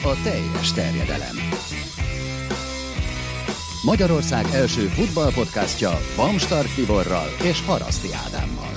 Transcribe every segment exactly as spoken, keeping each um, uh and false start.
a teljes terjedelem. Magyarország első futballpodcastja Bamstart Tiborral és Haraszti Ádámmal.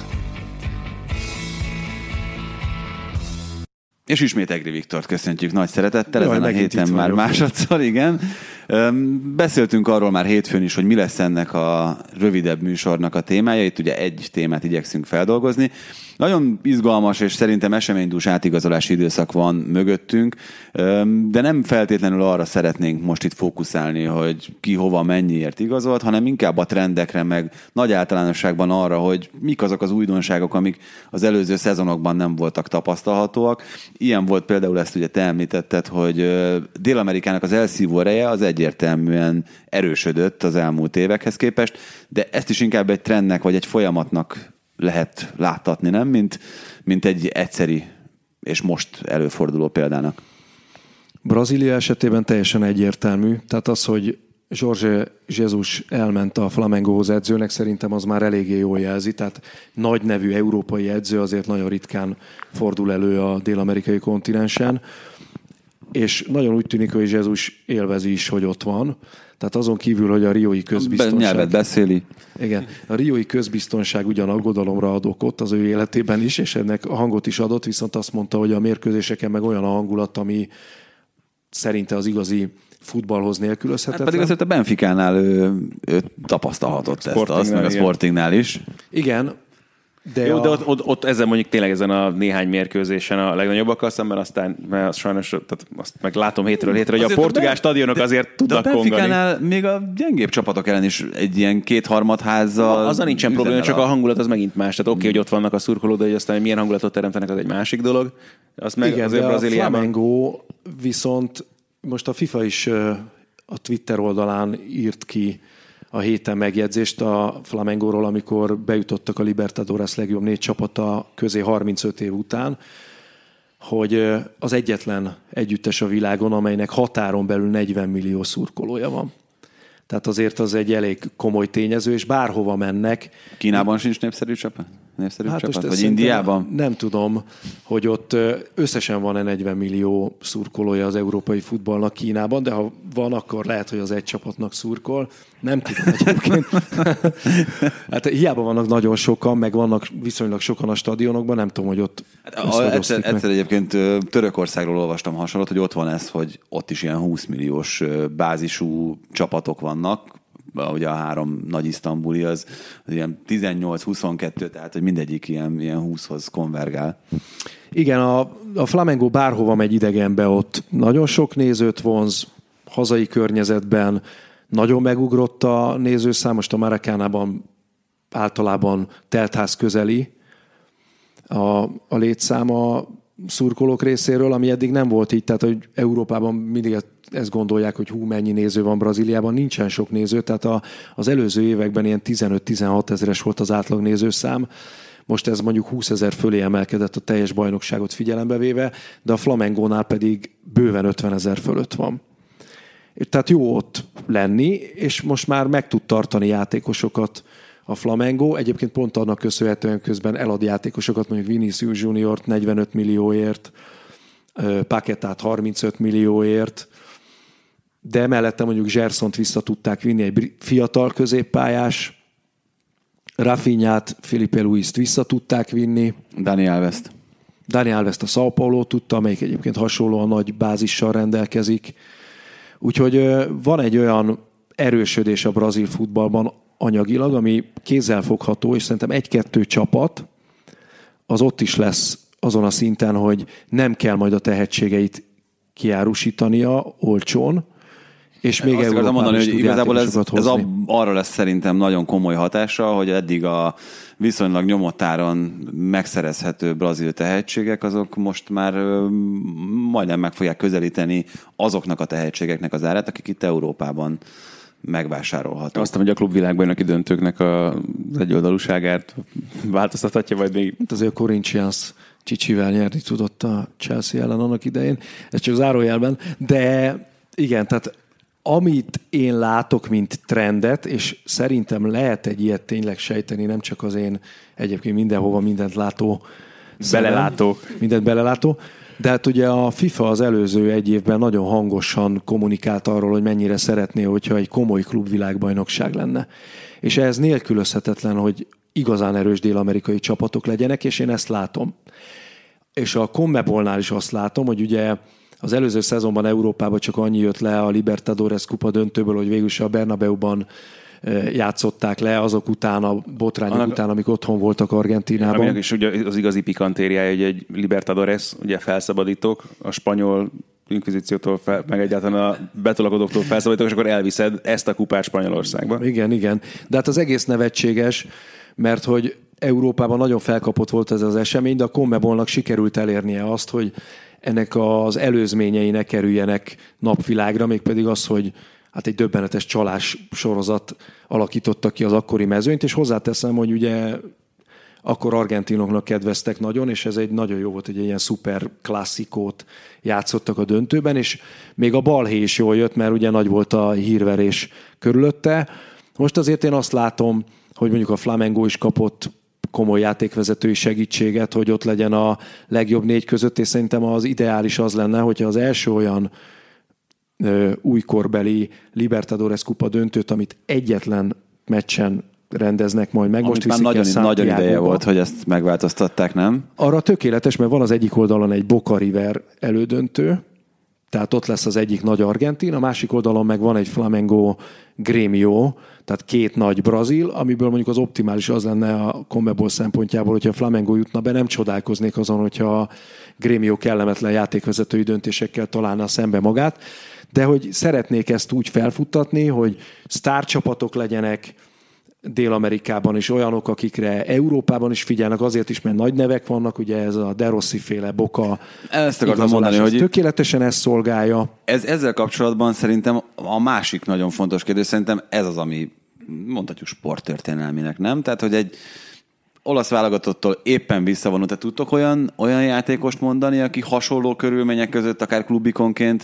És ismét Egri Viktort köszöntjük nagy szeretettel, Jaj, ezen a héten már vagyok. Másodszor, igen. Beszéltünk arról már hétfőn is, hogy mi lesz ennek a rövidebb műsornak a témája. Itt ugye egy témát igyekszünk feldolgozni. Nagyon izgalmas és szerintem eseménydús átigazolási időszak van mögöttünk, de nem feltétlenül arra szeretnénk most itt fókuszálni, hogy ki hova mennyiért igazolt, hanem inkább a trendekre, meg nagy általánosságban arra, hogy mik azok az újdonságok, amik az előző szezonokban nem voltak tapasztalhatóak. Ilyen volt például, ezt ugye te említetted, hogy Dél-Amerikának az elszívó ereje az egyértelműen erősödött az elmúlt évekhez képest, de ezt is inkább egy trendnek vagy egy folyamatnak lehet láttatni, nem? Mint, mint egy egyszeri és most előforduló példának. Brazília esetében teljesen egyértelmű. Tehát az, hogy Jorge Jesus elment a Flamengohoz edzőnek, szerintem az már eléggé jól jelzi. Tehát nagy nevű európai edző azért nagyon ritkán fordul elő a dél-amerikai kontinensen. És nagyon úgy tűnik, hogy Jesus élvezi is, hogy ott van. Tehát azon kívül, hogy a riói közbiztonság... Nyelvet beszéli. Igen, a riói közbiztonság ugyan aggodalomra ad okot az ő életében is, és ennek a hangot is adott, viszont azt mondta, hogy a mérkőzéseken meg olyan a hangulat, ami szerinte az igazi futballhoz nélkülözhetetlen. Hát pedig azért a Benficánál ő, ő tapasztalhatott ezt, azt meg a Sportingnál is. Igen. De Jó, a... de ott, ott, ott ezen mondjuk tényleg ezen a néhány mérkőzésen a legnagyobbak szemben, aztán mert sajnos, tehát azt meg látom hétről hétre, hogy azért a portugál a ben... stadionok de, azért tudnak kongani. De a Benficánál még a gyengébb csapatok ellen is egy ilyen kétharmad házzal... Azzal nincsen probléma, csak a hangulat az megint más. Tehát oké, okay, hogy ott vannak a szurkolók, de hogy aztán milyen hangulatot teremtenek, az egy másik dolog. Azt meg igen, azért de Brazíliában... a Flamengo viszont most a FIFA is a Twitter oldalán írt ki a héten megjegyzést a Flamengóról, amikor bejutottak a Libertadores legjobb négy csapata közé harmincöt év után, hogy az egyetlen együttes a világon, amelynek határon belül negyven millió szurkolója van. Tehát azért az egy elég komoly tényező, és bárhova mennek. Kínában sincs népszerű csapat? Népszerű hát csapat? Vagy Indiában? Nem tudom, hogy ott összesen van-e negyven millió szurkolója az európai futballnak Kínában, de ha van, akkor lehet, hogy az egy csapatnak szurkol. Nem tudom egyébként. Hát hiába vannak nagyon sokan, meg vannak viszonylag sokan a stadionokban, nem tudom, hogy ott... Hát, egyszer, egyszer egyébként Törökországról olvastam hasonlót, hogy ott van ez, hogy ott is ilyen húsz milliós bázisú csapatok vannak. Ugye a három nagy isztambuli az, az ilyen tizennyolc huszonkettő, tehát hogy mindegyik ilyen, ilyen húszhoz konvergál. Igen, a, a Flamengo bárhova megy idegenbe, ott nagyon sok nézőt vonz, hazai környezetben nagyon megugrott a nézőszám, most a Maracánában általában teltház közeli a, a létszáma szurkolók részéről, ami eddig nem volt így, tehát hogy Európában mindig ezt gondolják, hogy hú, mennyi néző van Brazíliában, nincsen sok néző, tehát a, az előző években ilyen tizenöt-tizenhat ezeres volt az átlag nézőszám, most ez mondjuk húszezer fölé emelkedett a teljes bajnokságot figyelembe véve, de a Flamengónál pedig bőven ötvenezer fölött van. Tehát jó ott lenni, és most már meg tud tartani játékosokat a Flamengo. Egyébként pont annak köszönhetően közben elad játékosokat, mondjuk Vinicius Juniort negyvenöt millióért, Paquetát harmincöt millióért, de mellette mondjuk Gersont vissza tudták vinni, egy fiatal középpályás, Rafinhát, Felipe Luist vissza tudták vinni. Dani Alvest. Dani Alvest a São Paulo tudta, amelyik egyébként hasonlóan nagy bázissal rendelkezik. Úgyhogy van egy olyan erősödés a brazil futballban anyagilag, ami kézzelfogható, és szerintem egy-kettő csapat az ott is lesz azon a szinten, hogy nem kell majd a tehetségeit kiárusítania olcsón, és még Európában mondani, hogy igazából ez, ez a, arra lesz szerintem nagyon komoly hatása, hogy eddig a viszonylag nyomottáron megszerezhető brazil tehetségek, azok most már ö, majdnem meg fogják közelíteni azoknak a tehetségeknek az árát, akik itt Európában megvásárolhatók. Aztán, hogy a klubvilágbajnoki döntőknek az egyoldalúságát változtathatja, vagy még... Hát azért a Corinthians Csicsivel nyerni tudott a Chelsea ellen annak idején, ez csak zárójelben, de igen, tehát amit én látok, mint trendet, és szerintem lehet egy ilyet tényleg sejteni, nem csak az én egyébként mindenhova mindent látó belelátó. Mindent belelátó. De hát ugye a FIFA az előző egy évben nagyon hangosan kommunikált arról, hogy mennyire szeretné, hogyha egy komoly klubvilágbajnokság lenne. És ehhez nélkülözhetetlen, hogy igazán erős dél-amerikai csapatok legyenek, és én ezt látom. És a CONMEBOL-nál is azt látom, hogy ugye az előző szezonban Európában csak annyi jött le a Libertadores kupa döntőből, hogy végül is a Bernabéuban játszották le azok után, a botrányok Annak, után, amik otthon voltak Argentínában. Aminek is ugye az igazi pikantériája, hogy egy Libertadores, ugye felszabadítók, a spanyol inkvizíciótól, fel, meg egyáltalán a betolakodóktól felszabadítók, és akkor elviszed ezt a kupát Spanyolországba. Igen, igen. De hát az egész nevetséges, mert hogy Európában nagyon felkapott volt ez az esemény, de a CONMEBOL-nak sikerült elérnie azt, hogy ennek az előzményei ne kerüljenek napvilágra, mégpedig az, hogy hát egy döbbenetes csalás sorozat alakította ki az akkori mezőnyt, és hozzáteszem, hogy ugye akkor argentinoknak kedveztek nagyon, és ez egy nagyon jó volt, hogy egy ilyen szuper klasszikót játszottak a döntőben, és még a balhé is jól jött, mert ugye nagy volt a hírverés körülötte. Most azért én azt látom, hogy mondjuk a Flamengo is kapott komoly játékvezetői segítséget, hogy ott legyen a legjobb négy között, és szerintem az ideális az lenne, hogyha az első olyan ö, újkorbeli Libertadores kupa döntőt, amit egyetlen meccsen rendeznek majd meg. Most már nagyon, nagyon ideje volt, hogy ezt megváltoztatták, nem? Arra tökéletes, mert van az egyik oldalon egy Boca River elődöntő, tehát ott lesz az egyik nagy argentin, a másik oldalon meg van egy Flamengo Grêmio, tehát két nagy brazil, amiből mondjuk az optimális az lenne a CONMEBOL szempontjából, hogyha a Flamengo jutna be, nem csodálkoznék azon, hogyha a Grêmio kellemetlen játékvezetői döntésekkel találna szembe magát, de hogy szeretnék ezt úgy felfuttatni, hogy sztárcsapatok legyenek Dél-Amerikában is, olyanok, akikre Európában is figyelnek, azért is, mert nagy nevek vannak, ugye ez a De Rossi féle Boca ezt akartam mondani, hogy tökéletesen ezt szolgálja. Ez, ezzel kapcsolatban szerintem a másik nagyon fontos kérdés, szerintem ez az, ami mondhatjuk sporttörténelminek, nem? Tehát, hogy egy olasz válogatottól éppen visszavonult, te tudtok olyan, olyan játékost mondani, aki hasonló körülmények között, akár klubikonként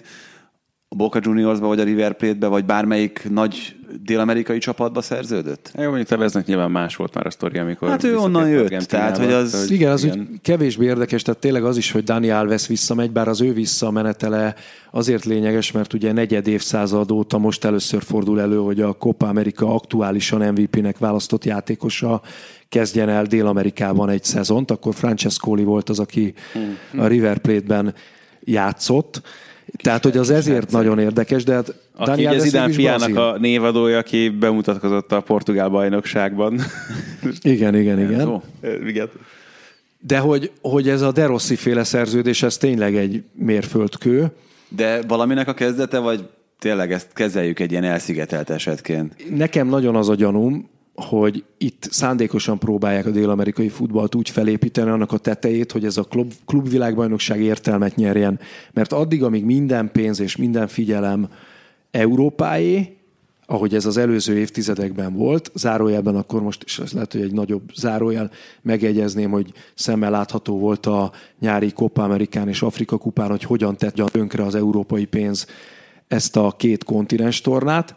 a Boca Juniorsba, vagy a River Plate-be, vagy bármelyik nagy dél-amerikai csapatba szerződött? Jó, mondjuk Teveznek nyilván más volt már a sztori, amikor... Hát ő onnan jött, tehát hogy az... Hogy igen, az igen. Úgy kevésbé érdekes, tehát tényleg az is, hogy Dani Alves visszamegy, bár az ő visszamenetele azért lényeges, mert ugye negyed évszázad óta most először fordul elő, hogy a Copa America aktuálisan em vé pé-nek választott játékosa kezdjen el Dél-Amerikában egy szezont, akkor Francescoli volt az, aki hmm. a River Plate-ben játszott. Tehát, hogy az ezért játszik. Nagyon érdekes, de hát Dani Alves Zidane fiának a névadója, aki bemutatkozott a portugál bajnokságban. Igen, igen, igen. igen. De hogy, hogy ez a De Rossi féle szerződés, ez tényleg egy mérföldkő. De valaminek a kezdete, vagy tényleg ezt kezeljük egy ilyen elszigetelt esetként? Nekem nagyon az a gyanúm, hogy itt szándékosan próbálják a dél-amerikai futballt úgy felépíteni annak a tetejét, hogy ez a klub, klubvilágbajnokság értelmet nyerjen. Mert addig, amíg minden pénz és minden figyelem Európáé, ahogy ez az előző évtizedekben volt, zárójelben akkor most is ez lehet, hogy egy nagyobb zárójel, megjegyezném, hogy szemmel látható volt a nyári Copa Amerikán és Afrika kupán, hogy hogyan tett tönkre az európai pénz ezt a két kontinens tornát.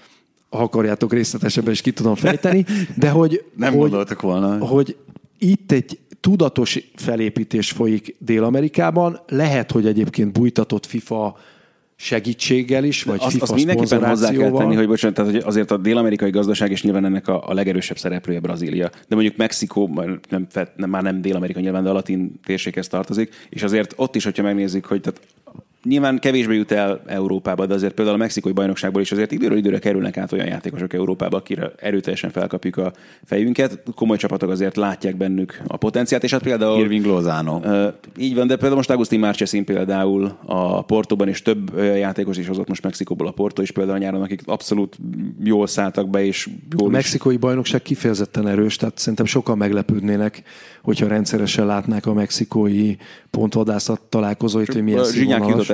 Ha akarjátok, részletesebben is ki tudom fejteni, de hogy, nem hogy, gondoltak volna. Hogy itt egy tudatos felépítés folyik Dél-Amerikában, lehet, hogy egyébként bújtatott FIFA segítséggel is, vagy azt, FIFA azt mindenképpen hozzá kell tenni, hogy bocsánat, tehát hogy azért a dél-amerikai gazdaság és nyilván ennek a, a legerősebb szereplője Brazília. De mondjuk Mexikó nem, nem, már nem Dél-Amerika nyilván, de a latin térséghez tartozik, és azért ott is, hogyha megnézzük, hogy tehát nyilván kevésbé jut el Európába, de azért például a mexikói bajnokságból is azért időről időre kerülnek át olyan játékosok Európába, akire erőteljesen felkapjuk a fejünket. Komoly csapatok azért látják bennük a potenciált, és hát például... Irving Lozano. Uh, így van, de például most Agustín Marchesin például a Portóban, és több játékos is hozott most Mexikóból a Porto is például nyáron, akik abszolút jól szálltak be, és jól A mexikói is... bajnokság kifejezetten erős, tehát szerintem sokan meglepődnének, hogyha rendszeresen látnák a mexikói pontvadászat találkozóit, hogy milyen színvonalas.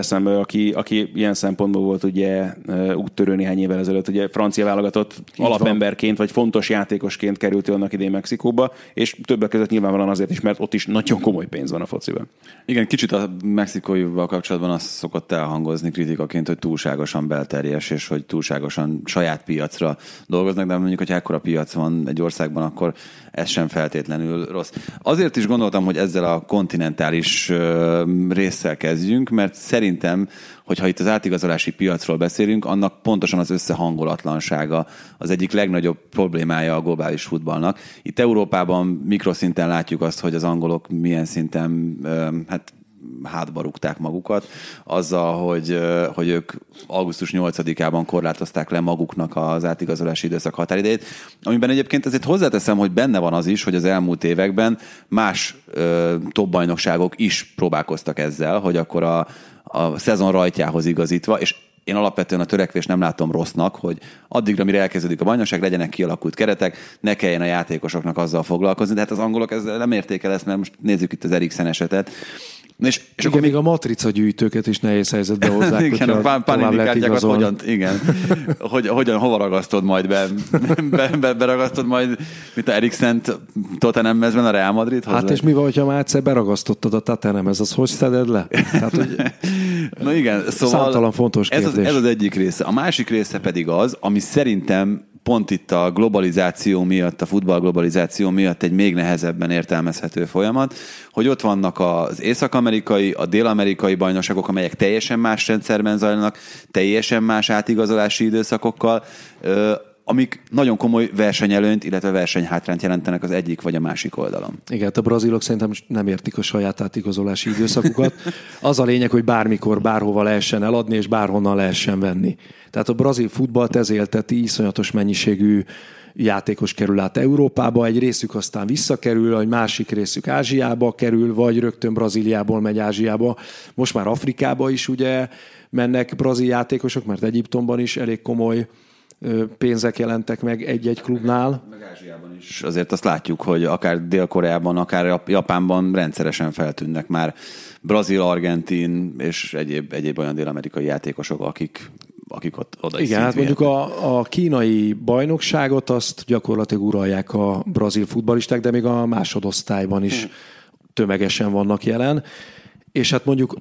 eszembe, aki, aki ilyen szempontból volt ugye úttörő néhány évvel ezelőtt, ugye francia válogatott így alapemberként, van. Vagy fontos játékosként került annak idén Mexikóba, és többek között nyilvánvalóan azért is, mert ott is nagyon komoly pénz van a fociban. Igen, kicsit a mexikóival kapcsolatban azt szokott elhangozni kritikaként, hogy túlságosan belterjes, és hogy túlságosan saját piacra dolgoznak, de mondjuk, hogy ekkora piac van egy országban, akkor ez sem feltétlenül rossz. Azért is gondoltam, hogy ezzel a kontinentális résszel kezdjünk, mert szerintem, hogyha itt az átigazolási piacról beszélünk, annak pontosan az összehangolatlansága az egyik legnagyobb problémája a globális futballnak. Itt Európában mikroszinten látjuk azt, hogy az angolok milyen szinten hát hátba rúgták magukat, azzal, hogy, hogy ők augusztus nyolcadikában korlátozták le maguknak az átigazolási időszak határidejét, amiben egyébként azért hozzáteszem, hogy benne van az is, hogy az elmúlt években más ö, top bajnokságok is próbálkoztak ezzel, hogy akkor a, a szezon rajtjához igazítva, és én alapvetően a törekvést nem látom rossznak, hogy addigra, mire elkezdődik a bajnokság, legyenek kialakult keretek, ne kelljen a játékosoknak azzal foglalkozni, de hát az angolok ezzel nem érték el ezt, mert most nézzük itt az Eriksen esetet. És, és igen, akkor még a matrica gyűjtőket is nehéz helyzetbe hozzák, igen, a páninikártyákat hogyan, igen, hogy, hogyan, hova ragasztod majd be, be, be beragasztod majd, mint a Eriksent Tottenham mezben a Real Madrid hozzá? Hát és mi van, hogyha már egyszer beragasztottad a Tottenhamhez, az hogy szeded le? Tehát, hogy na igen, szóval számtalan fontos kérdés. Ez az, ez az egyik része. A másik része pedig az, ami szerintem pont itt a globalizáció miatt, a futball globalizáció miatt egy még nehezebben értelmezhető folyamat, hogy ott vannak az észak-amerikai, a dél-amerikai bajnokságok, amelyek teljesen más rendszerben zajlanak, teljesen más átigazolási időszakokkal, amik nagyon komoly versenyelőnyt, illetve versenyhátrányt jelentenek az egyik vagy a másik oldalon. Igen, a brazilok szerintem nem értik a saját átigazolási időszakukat. Az a lényeg, hogy bármikor, bárhova lehessen eladni, és bárhonnan lehessen venni. Tehát a brazil futballt ez élteti, iszonyatos mennyiségű játékos kerül át Európába, egy részük aztán visszakerül, egy másik részük Ázsiába kerül, vagy rögtön Brazíliából megy Ázsiába. Most már Afrikába is ugye mennek brazil játékosok, mert Egyiptomban is elég komoly pénzek jelentek meg egy-egy klubnál. Meg Ázsiában is. Azért azt látjuk, hogy akár Dél-Koreában, akár Japánban rendszeresen feltűnnek már brazil, argentin és egyéb, egyéb olyan dél-amerikai játékosok, akik, akik ott oda is. Igen, hát mondjuk a, a kínai bajnokságot azt gyakorlatilag uralják a brazil futballisták, de még a másodosztályban is hmm. tömegesen vannak jelen. És hát mondjuk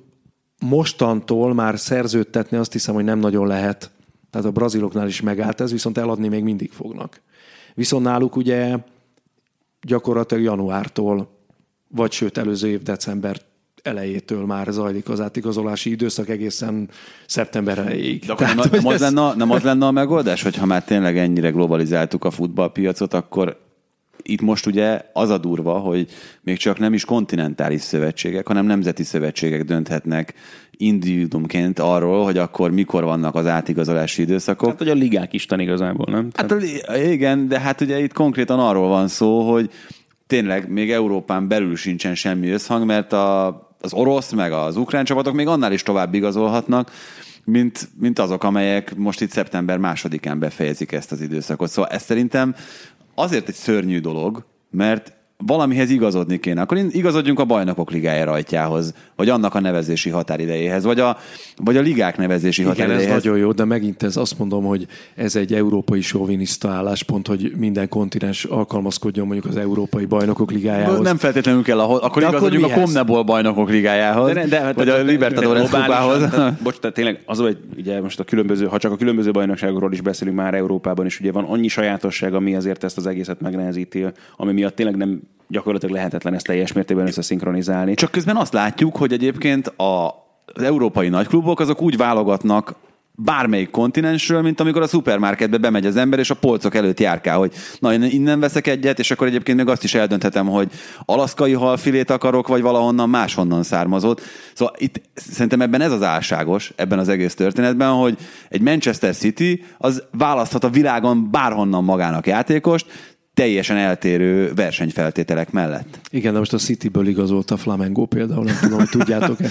mostantól már szerződtetni azt hiszem, hogy nem nagyon lehet. Tehát a braziloknál is megállt ez, viszont eladni még mindig fognak. Viszont náluk ugye gyakorlatilag januártól, vagy sőt előző év december elejétől már zajlik az átigazolási időszak egészen szeptember elejéig. De Tehát, nem, nem, az ez... lenne, nem az lenne a megoldás, hogyha már tényleg ennyire globalizáltuk a futballpiacot, akkor itt most ugye az a durva, hogy még csak nem is kontinentális szövetségek, hanem nemzeti szövetségek dönthetnek individuumként arról, hogy akkor mikor vannak az átigazolási időszakok. Hát, hogy a ligák isten igazából, nem? Hát igen, de hát ugye itt konkrétan arról van szó, hogy tényleg még Európán belül sincsen semmi összhang, mert a, az orosz meg az ukrán csapatok még annál is tovább igazolhatnak, mint, mint azok, amelyek most itt szeptember másodikán befejezik ezt az időszakot. Szóval ez szerintem azért egy szörnyű dolog, mert valamihez igazodni kéne. Akkor igazodjunk a Bajnokok Ligája rajtjához, vagy annak a nevezési határidejéhez, vagy a, vagy a ligák nevezési Igen, határidejéhez. Ez nagyon jó, de megint ez azt mondom, hogy ez egy európai soviniszta álláspont, hogy minden kontinens alkalmazkodjon mondjuk az Európai Bajnokok Ligájához. Nem feltétlenül kell, ahol, akkor de igazodjunk akkor a CONMEBOL Bajnokok Ligájához, de, de, vagy de, a Libertadores kupához. Bocs, tehát tényleg az, hogy ugye most a különböző, ha csak a különböző bajnokságokról is beszélünk már Európában is, ugye van annyi sajátosság, ami azért ezt az egészet megnehezíti, ami miatt tényleg nem gyakorlatilag lehetetlen ezt teljes mértékben összeszinkronizálni. Csak közben azt látjuk, hogy egyébként a, az európai nagyklubok azok úgy válogatnak bármelyik kontinensről, mint amikor a szupermarketbe bemegy az ember, és a polcok előtt járkál, hogy na, innen veszek egyet, és akkor egyébként még azt is eldönthetem, hogy alaszkai halfilét akarok, vagy valahonnan máshonnan származott. Szóval itt szerintem ebben ez az álságos, ebben az egész történetben, hogy egy Manchester City az választhat a világon bárhonnan magának játékost, teljesen eltérő versenyfeltételek mellett. Igen, de most a Cityből igazolt a Flamengo például, nem tudom, hogy tudjátok-e.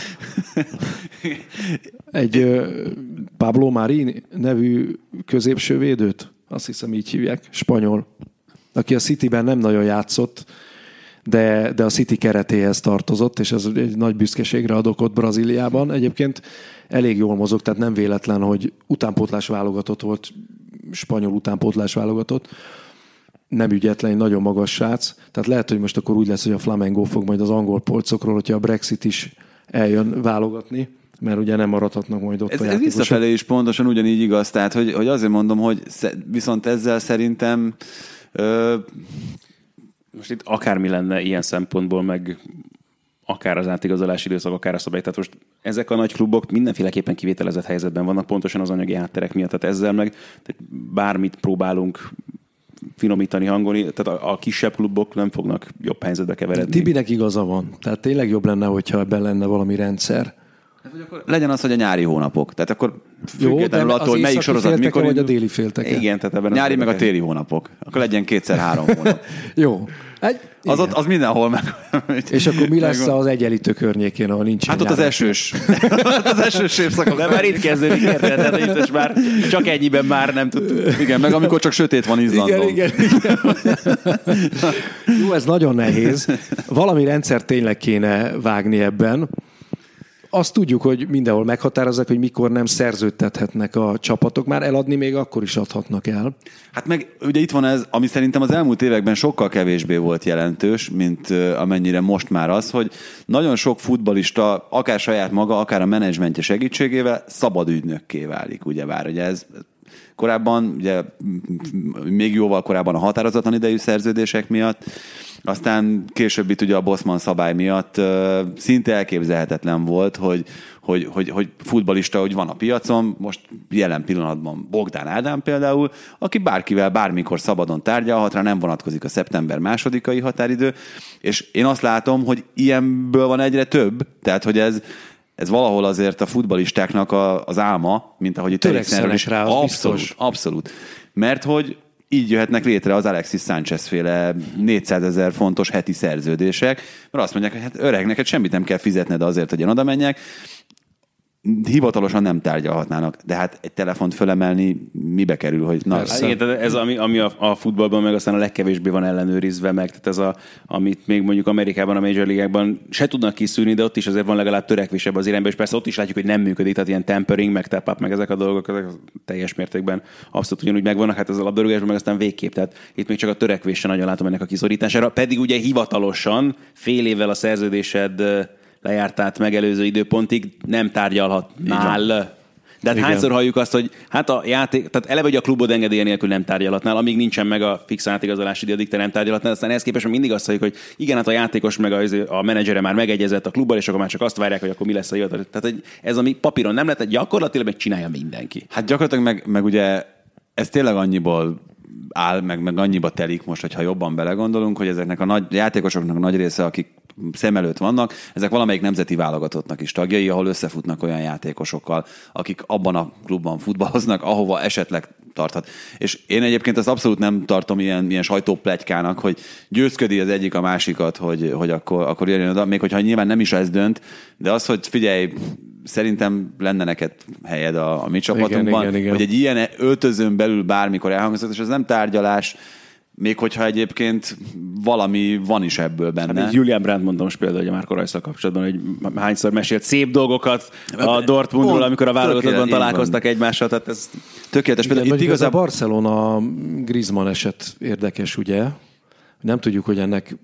Egy uh, Pablo Mari nevű középsővédőt, azt hiszem így hívják, spanyol, aki a Cityben nem nagyon játszott, de, de a City keretéhez tartozott, és ez egy nagy büszkeségre ad okot Brazíliában. Egyébként elég jól mozog, tehát nem véletlen, hogy utánpótlás válogatott volt, spanyol utánpótlás válogatott. Nem ügyetlen, nagyon magas srác. Tehát lehet, hogy most akkor úgy lesz, hogy a Flamengo fog majd az angol polcokról, hogyha a Brexit is eljön válogatni, mert ugye nem maradhatnak majd ott ez, a ez játékosok. visszafelé is pontosan ugyanígy igaz, tehát hogy, hogy azért mondom, hogy viszont ezzel szerintem ö... most itt akármi lenne ilyen szempontból, meg akár az átigazolási időszak, akár a szabály. Tehát most ezek a nagy klubok mindenféleképpen kivételezett helyzetben vannak, pontosan az anyagi hátterek miatt. Tehát ezzel meg tehát bármit próbálunk finomítani, hangolni, tehát a, a kisebb klubok nem fognak jobb helyzetbe keveredni. Tibinek igaza van. Tehát tényleg jobb lenne, hogyha ebben lenne valami rendszer. Hát, hogy akkor legyen az, hogy a nyári hónapok. Tehát akkor függetlenül attól, hogy melyik sorozat mikor... vagy a déli félteke. Igen, tehát ebben nyári meg a téli hónapok. Akkor legyen kétszer-három hónap. Jó. Egy, az, ott, az mindenhol meg... És akkor mi lesz az Egyenlítő környékén, ahol nincs? Hát ott az esős. az esős évszakok. De már itt kezdődik, érted? Itt most már csak ennyiben már nem tudtuk. Igen, meg amikor csak sötét van Izlandon. Igen, igen, igen. Jó, ez nagyon nehéz. Valami rendszer tényleg kéne vágni ebben. Azt tudjuk, hogy mindenhol meghatározzák, hogy mikor nem szerződtethetnek a csapatok. Már eladni még akkor is adhatnak el. Hát meg ugye itt van ez, ami szerintem az elmúlt években sokkal kevésbé volt jelentős, mint amennyire most már az, hogy nagyon sok futballista, akár saját maga, akár a menedzsmentje segítségével szabad ügynökké válik, ugyebár. Ugye ez korábban, ugye még jóval korábban a határozatlan idejű szerződések miatt, aztán később itt ugye a Bosman szabály miatt uh, szinte elképzelhetetlen volt, hogy, hogy, hogy, hogy futballista, hogy van a piacon, most jelen pillanatban Bogdán Ádám például, aki bárkivel bármikor szabadon tárgyalhat, rá nem vonatkozik a szeptember másodikai határidő, és én azt látom, hogy ilyenből van egyre több, tehát hogy ez ez valahol azért a futballistáknak a, az álma, mint ahogy itt Törekszenek is rá, az abszolút, biztos. Abszolút. Mert hogy így jöhetnek létre az Alexis Sánchez féle négyszázezer fontos heti szerződések, mert azt mondják, hogy hát öreg, neked semmit nem kell fizetned azért, hogy én oda menjek. Hivatalosan nem tárgyalhatnának, de hát egy telefont fölemelni mibe kerül, hogy na... Hát igen, ez ami, ami a, a futballban meg aztán a legkevésbé van ellenőrizve meg, tehát ez a, amit még mondjuk Amerikában, a Major League-ekben se tudnak kiszűrni, de ott is azért van legalább törekvésebb az irányba, és persze ott is látjuk, hogy nem működik, tehát ilyen tampering, meg tap-up, meg ezek a dolgok, ezek teljes mértékben abszolút ugyanúgy megvannak, hát ez a labdarúgásban meg aztán végképp, tehát itt még csak a törekvésre nagyon látom ennek a kiszorítására, pedig ugye hivatalosan fél évvel a szerződésed lejártát megelőző időpontig nem tárgyalhatnál. De hát hányszor halljuk azt, hogy hát a játék, tehát eleve, hogy a klubod engedélye nélkül nem tárgyalhatnál, amíg nincsen meg a fix átigazolási idő, addig te nem tárgyalhatnál, aztán ehhez képest mindig azt halljuk, hogy igen, hát a játékos meg a, a menedzsere már megegyezett a klubbal, és akkor már csak azt várják, hogy akkor mi lesz a hivatal. Tehát ez, ami papíron nem lehet, gyakorlatilag meg csinálja mindenki. Hát gyakorlatilag meg, meg ugye ez tényleg annyiból áll, meg, meg annyiba telik most, hogyha jobban belegondolunk, hogy ezeknek a nagy játékosoknak a nagy része, akik szem előtt vannak, ezek valamelyik nemzeti válogatottnak is tagjai, ahol összefutnak olyan játékosokkal, akik abban a klubban futballoznak, ahova esetleg tarthat. És én egyébként ezt abszolút nem tartom ilyen, ilyen sajtópletykának, hogy győzködi az egyik a másikat, hogy, hogy akkor, akkor jöjjön oda, még hogyha nyilván nem is ez dönt, de az, hogy figyelj, szerintem lenne neked helyed a, a mi csapatunkban, igen, igen, igen. Hogy egy ilyen öltözőn belül bármikor elhangzott, és ez nem tárgyalás, még hogyha egyébként valami van is ebből benne. Hát Julian Brandt mondtam most például, hogy a Márko Rajsszal kapcsolatban, hogy hányszor mesélt szép dolgokat a Dortmundról, pont, amikor a válogatottban találkoztak egymással. Tehát ez tökéletes. Igen, itt igaz, a Barcelona Griezmann eset érdekes, ugye? Nem tudjuk, hogy ennek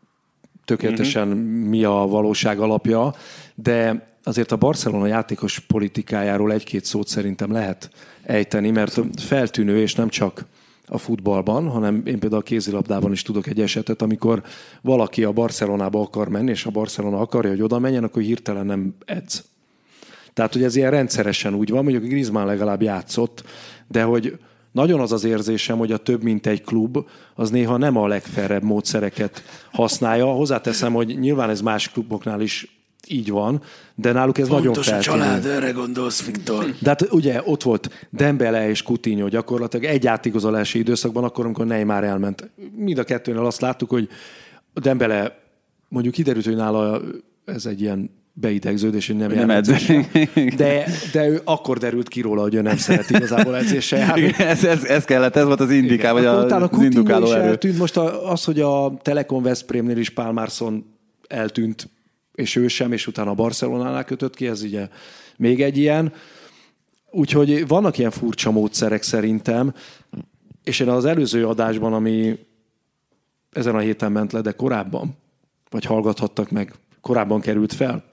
tökéletesen uh-huh. mi a valóság alapja, de azért a Barcelona játékos politikájáról egy-két szót szerintem lehet ejteni, mert feltűnő, és nem csak a futballban, hanem én például a kézilabdában is tudok egy esetet, amikor valaki a Barcelonába akar menni, és a Barcelona akarja, hogy oda menjen, akkor hirtelen nem edz. Tehát, hogy ez ilyen rendszeresen úgy van, mondjuk Griezmann legalább játszott, de hogy nagyon az az érzésem, hogy a több mint egy klub, az néha nem a legfelrebb módszereket használja. Hozzáteszem, hogy nyilván ez más kluboknál is így van, de náluk ez fontos nagyon feltűnő. Fontos a család, erre gondolsz, Viktor. De hát ugye ott volt Dembele és Coutinho gyakorlatilag egy átigazolási időszakban, akkor, amikor Neymar elment. Mind a kettőnél azt láttuk, hogy Dembele mondjuk kiderült, hogy nála ez egy ilyen beidegződés, hogy nem, nem edzés. De, de ő akkor derült ki róla, hogy ő nem szeret igazából edzésre járni. ez, ez, ez kellett, ez volt az indikál, vagy a, utána az indukáló erő. Eltűnt. Most az, hogy a Telekom Veszprémnél is Pál Marsson eltűnt, és ő sem, és utána a Barcelonánál kötött ki, ez ugye még egy ilyen. Úgyhogy vannak ilyen furcsa módszerek szerintem, és én az előző adásban, ami ezen a héten ment le, de korábban, vagy hallgathattak meg, korábban került fel,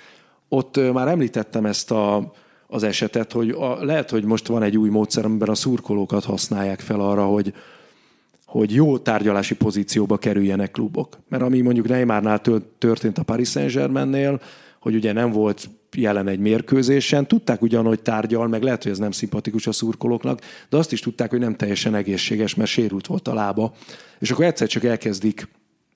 ott már említettem ezt a, az esetet, hogy a, lehet, hogy most van egy új módszer, amiben a szurkolókat használják fel arra, hogy, hogy jó tárgyalási pozícióba kerüljenek klubok. Mert ami mondjuk Neymarnál történt a Paris Saint-Germainnél, hogy ugye nem volt jelen egy mérkőzésen, tudták ugyan, hogy tárgyal, meg lehet, hogy ez nem szimpatikus a szurkolóknak, de azt is tudták, hogy nem teljesen egészséges, mert sérült volt a lába. És akkor egyszer csak elkezdik,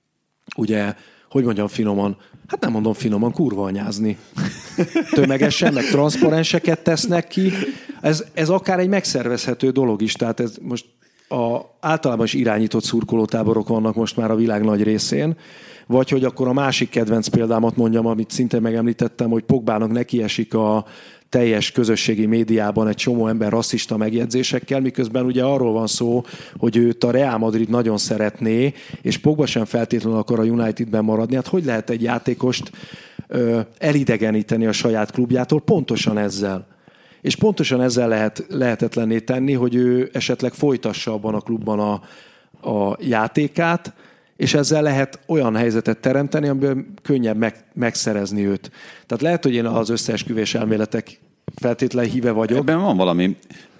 ugye, hogy mondjam finoman, hát nem mondom finoman, kurva anyázni. Tömegesen, meg transzparenseket tesznek ki. Ez, ez akár egy megszervezhető dolog is, tehát ez most a, általában is irányított szurkolótáborok vannak most már a világ nagy részén, vagy hogy akkor a másik kedvenc példámat mondjam, amit szintén megemlítettem, hogy Pogbának nekiesik a teljes közösségi médiában egy csomó ember rasszista megjegyzésekkel, miközben ugye arról van szó, hogy őt a Real Madrid nagyon szeretné, és Pogba sem feltétlenül akar a Unitedben maradni. Hát hogy lehet egy játékost ö, elidegeníteni a saját klubjától? Pontosan ezzel. És pontosan ezzel lehet lehetetlenné tenni, hogy ő esetleg folytassa abban a klubban a, a játékát, és ezzel lehet olyan helyzetet teremteni, amiben könnyebb meg, megszerezni őt. Tehát lehet, hogy én az összeesküvés elméletek feltétlenül híve vagyok. Ebben van valami.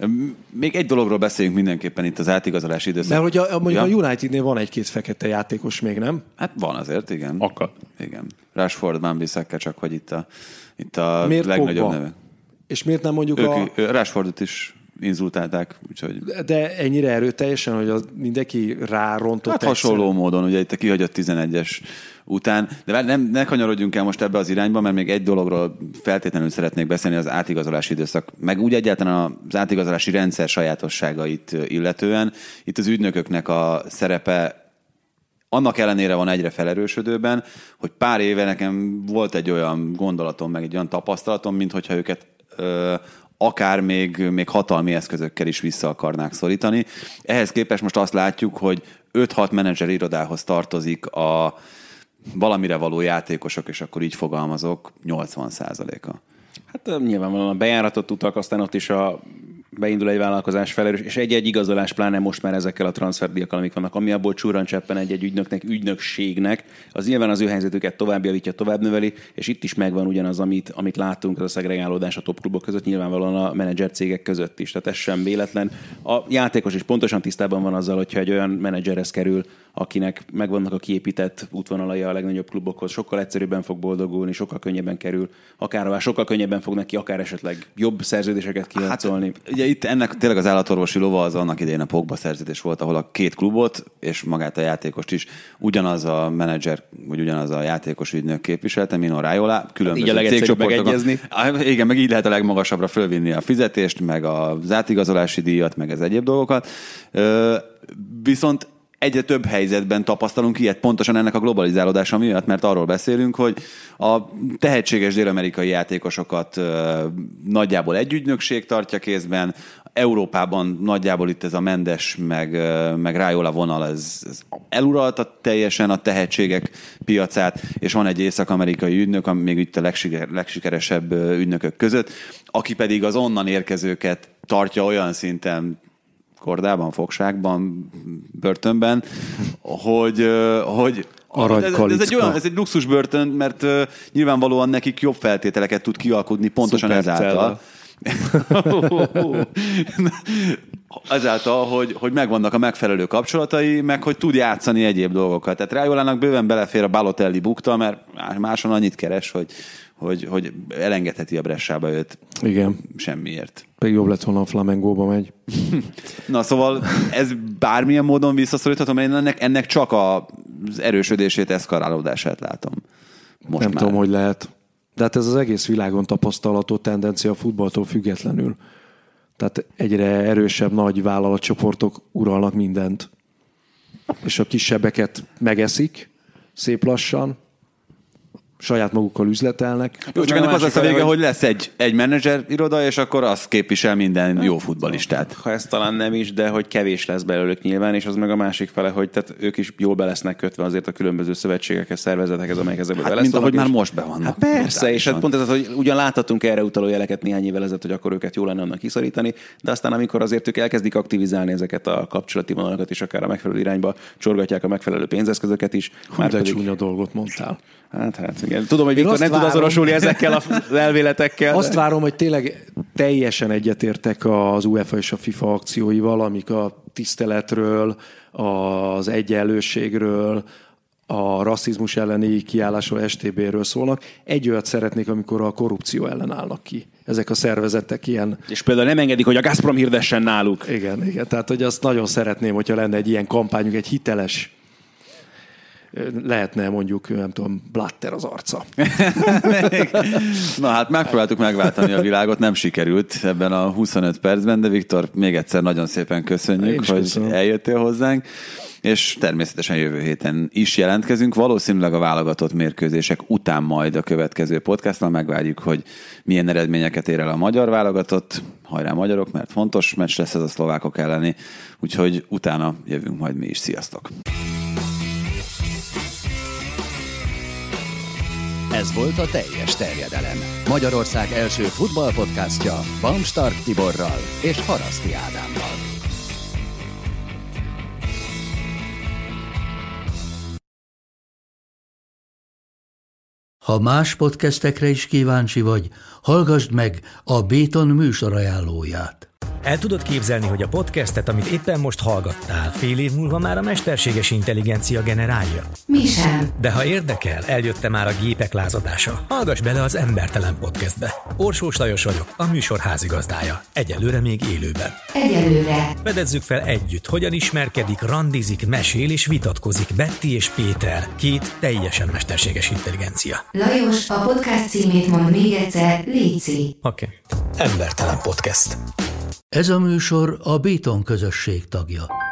Még egy dologról beszéljünk mindenképpen itt az átigazolási időszak. Mert hogy a, mondjuk ja. a Unitednél van egy-két fekete játékos még, nem? Hát van azért, igen. Akad. Igen. Rashford, Wan-Bissaka, csak hogy itt a, itt a miért legnagyobb Pogba? neve. És miért nem mondjuk ők, a... Rashfordot is inzultálták, úgyhogy... De ennyire erőteljesen, hogy az mindenki rárontott. Hát hasonló egyszer. Módon, ugye itt a kihagyott tizenegyes után. De nem, ne kanyarodjunk el most ebbe az irányba, mert még egy dologról feltétlenül szeretnék beszélni, az átigazolási időszak. Meg úgy egyáltalán az átigazolási rendszer sajátosságait illetően. Itt az ügynököknek a szerepe annak ellenére van egyre felerősödőben, hogy pár éve nekem volt egy olyan gondolatom, meg egy olyan tapasztalatom, minthogyha őket ö, akár még, még hatalmi eszközökkel is vissza akarnák szorítani. Ehhez képest most azt látjuk, hogy öt-hat menedzser irodához tartozik a valamire való játékosok, és akkor így fogalmazok, nyolcvan százaléka. Hát nyilvánvalóan a bejáratott utak, aztán ott is a beindul egy vállalkozás felerős, és egy-egy igazolás, pláne most már ezekkel a transferdíjakkal, amik vannak, ami abból csurrancseppen egy-egy ügynöknek, ügynökségnek, az nyilván az ő helyzetüket tovább javítja, tovább növeli, és itt is megvan ugyanaz, amit, amit láttunk, az a szegregálódás a top klubok között, nyilvánvalóan a menedzser cégek között is. Tehát ez sem véletlen. A játékos is pontosan tisztában van azzal, hogyha egy olyan menedzserhez kerül, akinek megvannak a kiépített útvonalai a legnagyobb klubokhoz, sokkal egyszerűbben fog boldogulni, sokkal könnyebben kerül, akár sokkal könnyebben fog neki akár esetleg jobb szerződéseket kiharcolni. Hát, ugye itt ennek tényleg az állatorvosi lova az annak idején a Pogba szerződés volt, ahol a két klubot és magát a játékost is ugyanaz a menedzser, vagy ugyanaz a játékos ügynök képviselte, Mino Raiola, különböző hát cégcsoportokon. Igen, meg így lehet a legmagasabbra fölvinni a fizetést, meg az átigazolási díjat, meg az egyéb dolgokat. Viszont egyre több helyzetben tapasztalunk ilyet pontosan ennek a globalizálódása miatt, mert arról beszélünk, hogy a tehetséges dél-amerikai játékosokat ö, nagyjából egy ügynökség tartja kézben, Európában nagyjából itt ez a Mendes, meg, ö, meg Raiola vonal, ez, ez eluralta teljesen a tehetségek piacát, és van egy észak-amerikai ügynök, ami még itt a legsiker, legsikeresebb ügynökök között, aki pedig az onnan érkezőket tartja olyan szinten kordában, fogságban, börtönben, hogy, hogy ez, ez, egy olyan, ez egy luxus börtön, mert uh, nyilvánvalóan nekik jobb feltételeket tud kialkudni pontosan ezáltal. Ezáltal, hogy, hogy megvannak a megfelelő kapcsolatai, meg hogy tud játszani egyéb dolgokat. Tehát Raiolának bőven belefér a Balotelli bukta, mert máson annyit keres, hogy, hogy, hogy elengedheti a Bressába őt. Igen. Semmiért. Pedig jobb lett volna a Flamengóba megy. Na szóval ez bármilyen módon visszaszoríthatom, én ennek, ennek csak az erősödését, eszkalálódását látom. Most Nem már. tudom, hogy lehet. De hát ez az egész világon tapasztalható tendencia a futballtól függetlenül. Tehát egyre erősebb nagy vállalatcsoportok uralnak mindent. És a kisebbeket megeszik szép lassan, saját magukkal üzletelnek. Jó, csak ennek az lesz a vége, hogy lesz egy, egy menedzser iroda, és akkor az képvisel minden jó futballistát. Ha ez talán nem is, de hogy kevés lesz belőlük nyilván, és az meg a másik fele, hogy tehát ők is jól be lesznek kötve azért a különböző szövetségekhez, szervezetekhez, amelyek ezekből hát, beleszólnak. mint ahogy már most be vannak. Hát persze, és hát pont ez, hogy ugyan láthatunk erre utaló jeleket néhány évvel ezelőtt, hogy akkor őket jó lenne annak kiszorítani, de aztán amikor azért ők elkezdik aktivizálni ezeket a kapcsolati vonalakat, és akár a megfelelő irányba csorgatják a megfelelő pénzeszközöket is. Már de csúnya dolgot mondtál. Hát, hát igen. Tudom, hogy Viktor nem tud azonosulni ezekkel az elvéletekkel. Azt de... várom, hogy tényleg teljesen egyetértek az UEFA és a FIFA akcióival, amik a tiszteletről, az egyenlőségről, a rasszizmus elleni kiállásról, es té bé-ről szólnak. Egy olyat szeretnék, amikor a korrupció ellen állnak ki. Ezek a szervezetek ilyen... És például nem engedik, hogy a Gazprom hirdessen náluk. Igen, igen. Tehát, hogy azt nagyon szeretném, hogyha lenne egy ilyen kampányunk, egy hiteles, lehetne mondjuk, nem tudom, Blatter az arca. Na hát megpróbáltuk megváltani a világot, nem sikerült ebben a huszonöt percben, de Viktor, még egyszer nagyon szépen köszönjük, hogy köszönöm. Eljöttél hozzánk, és természetesen jövő héten is jelentkezünk, valószínűleg a válogatott mérkőzések után majd a következő podcastnál megvárjuk, hogy milyen eredményeket ér el a magyar válogatott, hajrá magyarok, mert fontos meccs lesz ez a szlovákok elleni, úgyhogy utána jövünk majd mi is, sziasztok! Ez volt a Teljes Terjedelem. Magyarország első futballpodcastja Bamstark Tiborral és Haraszti Ádámmal. Ha más podcastekre is kíváncsi vagy, hallgassd meg a Béton műsor ajánlóját. El tudod képzelni, hogy a podcastet, amit éppen most hallgattál, fél év múlva már a mesterséges intelligencia generálja? Mi sem. De ha érdekel, eljött már a gépek lázadása. Hallgass bele az Embertelen podcastbe. Orsós Lajos vagyok, a műsor házigazdája. Egyelőre még élőben. Egyelőre. Fedezzük fel együtt, hogyan ismerkedik, randizik, mesél és vitatkozik Betty és Péter, két teljesen mesterséges intelligencia. Lajos, a podcast címét mond még egyszer, léci. Oké. Okay. Embertelen podcast. Ez a műsor a Béton közösség tagja.